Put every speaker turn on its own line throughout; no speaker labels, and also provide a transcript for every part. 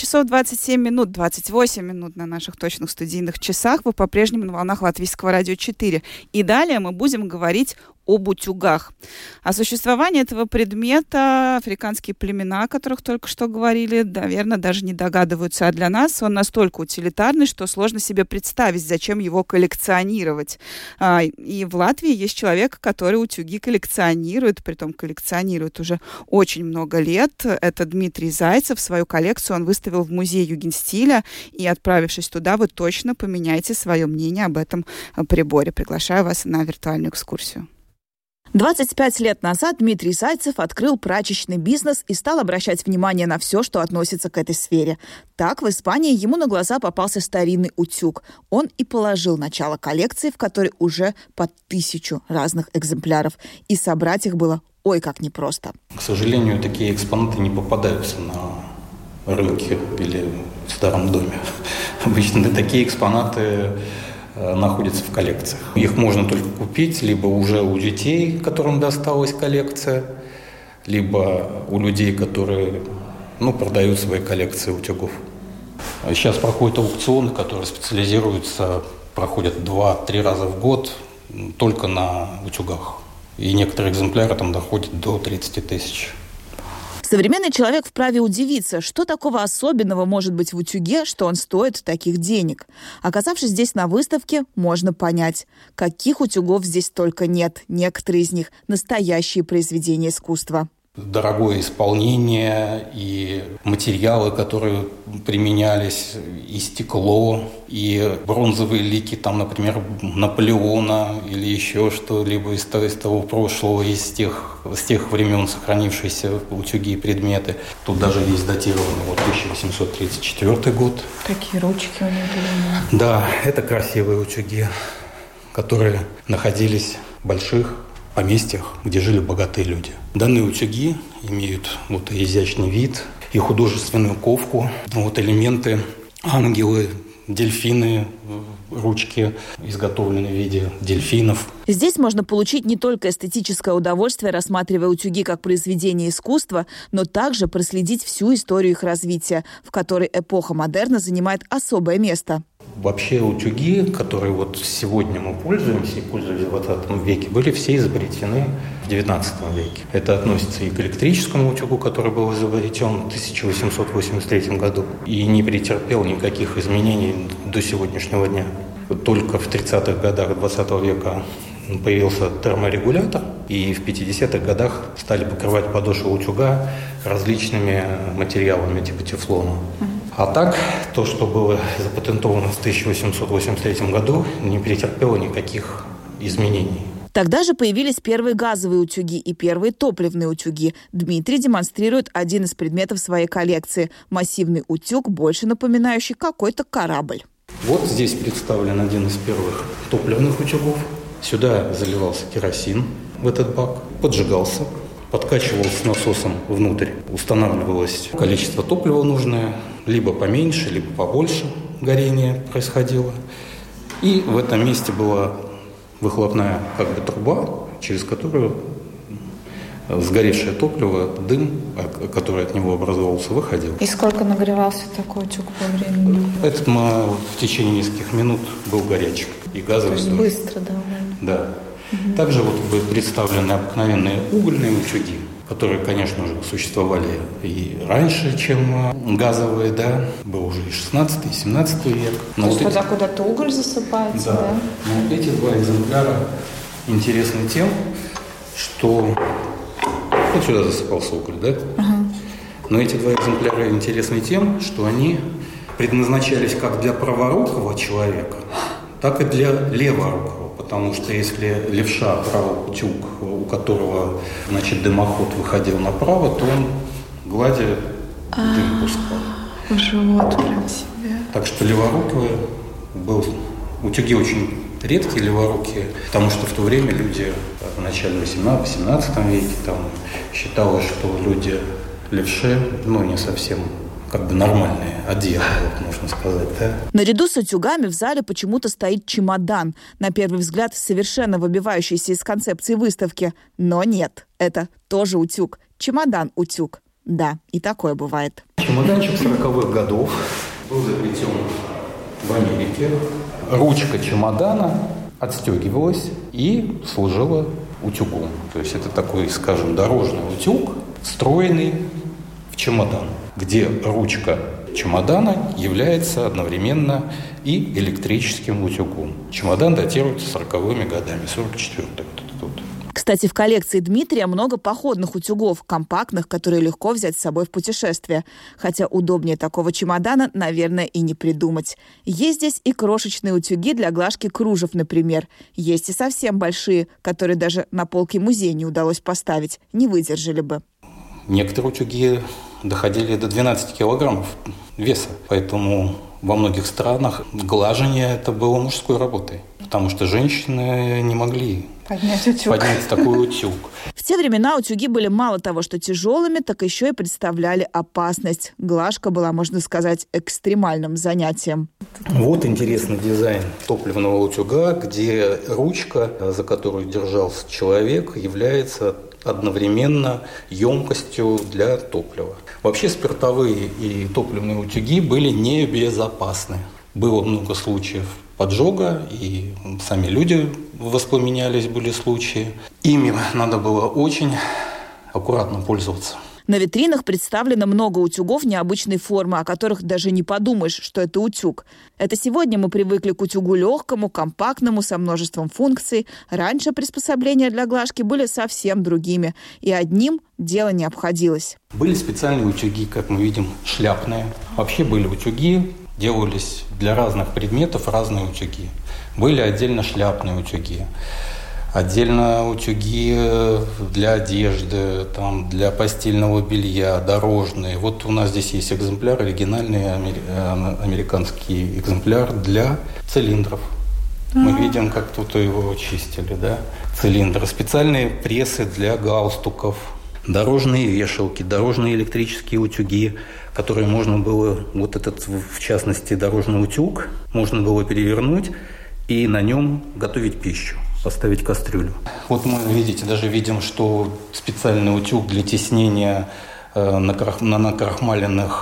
часов 27 минут, 28 минут на наших точных студийных часах. Вы по-прежнему на волнах Латвийского радио 4. И далее мы будем говорить об утюгах. О существовании этого предмета африканские племена, о которых только что говорили, наверное, даже не догадываются. А для нас он настолько утилитарный, что сложно себе представить, зачем его коллекционировать. И в Латвии есть человек, который утюги коллекционирует, притом коллекционирует уже очень много лет. Это Дмитрий Зайцев. Свою коллекцию он выставил в музее Югенстиля. И, отправившись туда, вы точно поменяете свое мнение об этом приборе. Приглашаю вас на виртуальную экскурсию. 25 лет назад Дмитрий Зайцев открыл прачечный бизнес и стал обращать внимание на все, что относится к этой сфере. Так, в Испании ему на глаза попался старинный утюг. Он и положил начало коллекции, в которой уже под 1000 разных экземпляров. И собрать их было ой как непросто.
К сожалению, такие экспонаты не попадаются на рынке или в старом доме. Обычно такие экспонаты находятся в коллекциях. Их можно только купить либо уже у детей, которым досталась коллекция, либо у людей, которые продают свои коллекции утюгов. Сейчас проходят аукционы, которые специализируются, проходят 2-3 раза в год только на утюгах. И некоторые экземпляры там доходят до 30 тысяч.
Современный человек вправе удивиться, что такого особенного может быть в утюге, что он стоит таких денег. Оказавшись здесь на выставке, можно понять, каких утюгов здесь только нет. Некоторые из них – настоящие произведения искусства.
Дорогое исполнение и материалы, которые применялись, и стекло, и бронзовые лики, там, например, Наполеона или еще что-либо из того прошлого, из тех времен сохранившиеся утюги и предметы. Тут даже есть датированный 1834 год.
Какие ручки у них были.
Да, это красивые утюги, которые находились в больших поместьях, где жили богатые люди. Данные утюги имеют изящный вид и художественную ковку. Элементы, ангелы, дельфины, ручки, изготовленные в виде дельфинов.
Здесь можно получить не только эстетическое удовольствие, рассматривая утюги как произведение искусства, но также проследить всю историю их развития, в которой эпоха модерна занимает особое место.
Вообще утюги, которые сегодня мы пользуемся и пользовались в 20 веке, были все изобретены в 19 веке. Это относится и к электрическому утюгу, который был изобретен в 1883 году и не претерпел никаких изменений до сегодняшнего дня. Только в 30-х годах 20 века появился терморегулятор, и в 50-х годах стали покрывать подошву утюга различными материалами типа тефлона. А так, то, что было запатентовано в 1883 году, не претерпело никаких изменений.
Тогда же появились первые газовые утюги и первые топливные утюги. Дмитрий демонстрирует один из предметов своей коллекции – массивный утюг, больше напоминающий какой-то корабль.
Вот здесь представлен один из первых топливных утюгов. Сюда заливался керосин в этот бак, поджигался, подкачивался насосом внутрь, устанавливалось количество топлива нужное, либо поменьше, либо побольше горение происходило. И в этом месте была выхлопная труба, через которую сгоревшее топливо, дым, который от него образовался, выходил.
И сколько нагревался такой утюг по времени?
Этот в течение нескольких минут был горячим. И газовый.
То есть быстро довольно.
Да. Также представлены обыкновенные угольные утюги, которые, конечно же, существовали и раньше, чем газовые, да. Был уже и 16 и 17 век.
То есть туда куда-то уголь засыпается, да?
Но эти два экземпляра интересны тем, что вот сюда засыпался уголь, да? Но эти два экземпляра интересны тем, что они предназначались как для праворукого человека, так и для леворукого. Потому что если левша брал утюг, у которого, дымоход выходил направо, то он гладя дым пускал.
В живот прям себе.
Так что леворукие утюги очень редкие леворукие, потому что в то время люди в начале 18 веке считалось, что люди левши, не совсем нормальные, одетые, можно сказать, да?
Наряду с утюгами в зале почему-то стоит чемодан. На первый взгляд, совершенно выбивающийся из концепции выставки. Но нет, это тоже утюг. Чемодан-утюг. Да, и такое бывает.
Чемоданчик 40-х годов был изобретен в Америке. Ручка чемодана отстегивалась и служила утюгом. То есть это такой, скажем, дорожный утюг, встроенный в чемодан, где ручка чемодана является одновременно и электрическим утюгом. Чемодан датируется 40-ми годами, 44-й.
Кстати, в коллекции Дмитрия много походных утюгов, компактных, которые легко взять с собой в путешествие. Хотя удобнее такого чемодана, наверное, и не придумать. Есть здесь и крошечные утюги для глажки кружев, например. Есть и совсем большие, которые даже на полке музея не удалось поставить, не выдержали бы.
Некоторые утюги доходили до 12 килограммов веса, поэтому во многих странах глажение это было мужской работой, потому что женщины не могли поднять такой утюг.
В те времена утюги были мало того, что тяжелыми, так еще и представляли опасность. Глажка была, можно сказать, экстремальным занятием.
Вот интересный дизайн топливного утюга, где ручка, за которую держался человек, является одновременно емкостью для топлива. Вообще спиртовые и топливные утюги были небезопасны. Было много случаев поджога, и сами люди воспламенялись, были случаи. Ими надо было очень аккуратно пользоваться.
На витринах представлено много утюгов необычной формы, о которых даже не подумаешь, что это утюг. Это сегодня мы привыкли к утюгу легкому, компактному, со множеством функций. Раньше приспособления для глажки были совсем другими, и одним дело не обходилось.
Были специальные утюги, как мы видим, шляпные. Вообще были утюги, делались для разных предметов разные утюги. Были отдельно шляпные утюги. Отдельно утюги для одежды, там, для постельного белья, дорожные. Вот у нас здесь есть экземпляр, оригинальный американский экземпляр для цилиндров. Мы видим, как тут его чистили, да? Цилиндры. Специальные прессы для галстуков, дорожные вешалки, дорожные электрические утюги, которые можно было, вот этот, в частности, дорожный утюг, можно было перевернуть и на нем готовить пищу. Поставить кастрюлю. Вот мы, видите, даже видим, что специальный утюг для теснения на накрахмаленных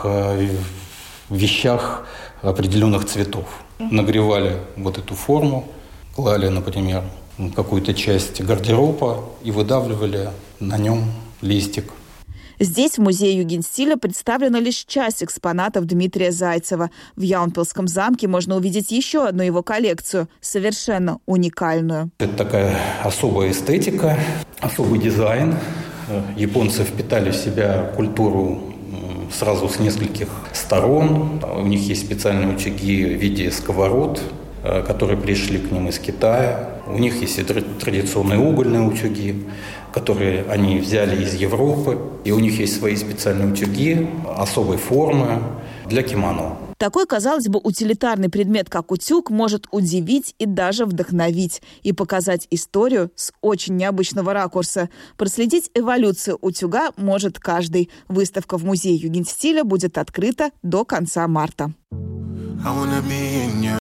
вещах определенных цветов. Нагревали вот эту форму, клали, например, какую-то часть гардероба и выдавливали на нем листик.
Здесь, в музее Югенстиля, представлена лишь часть экспонатов Дмитрия Зайцева. В Яунпилском замке можно увидеть еще одну его коллекцию, совершенно уникальную.
Это такая особая эстетика, особый дизайн. Японцы впитали в себя культуру сразу с нескольких сторон. У них есть специальные утюги в виде сковород, которые пришли к ним из Китая. У них есть и традиционные угольные утюги, которые они взяли из Европы. И у них есть свои специальные утюги особой формы для кимоно.
Такой, казалось бы, утилитарный предмет, как утюг, может удивить и даже вдохновить. И показать историю с очень необычного ракурса. Проследить эволюцию утюга может каждый. Выставка в музее Югенстиля будет открыта до конца марта.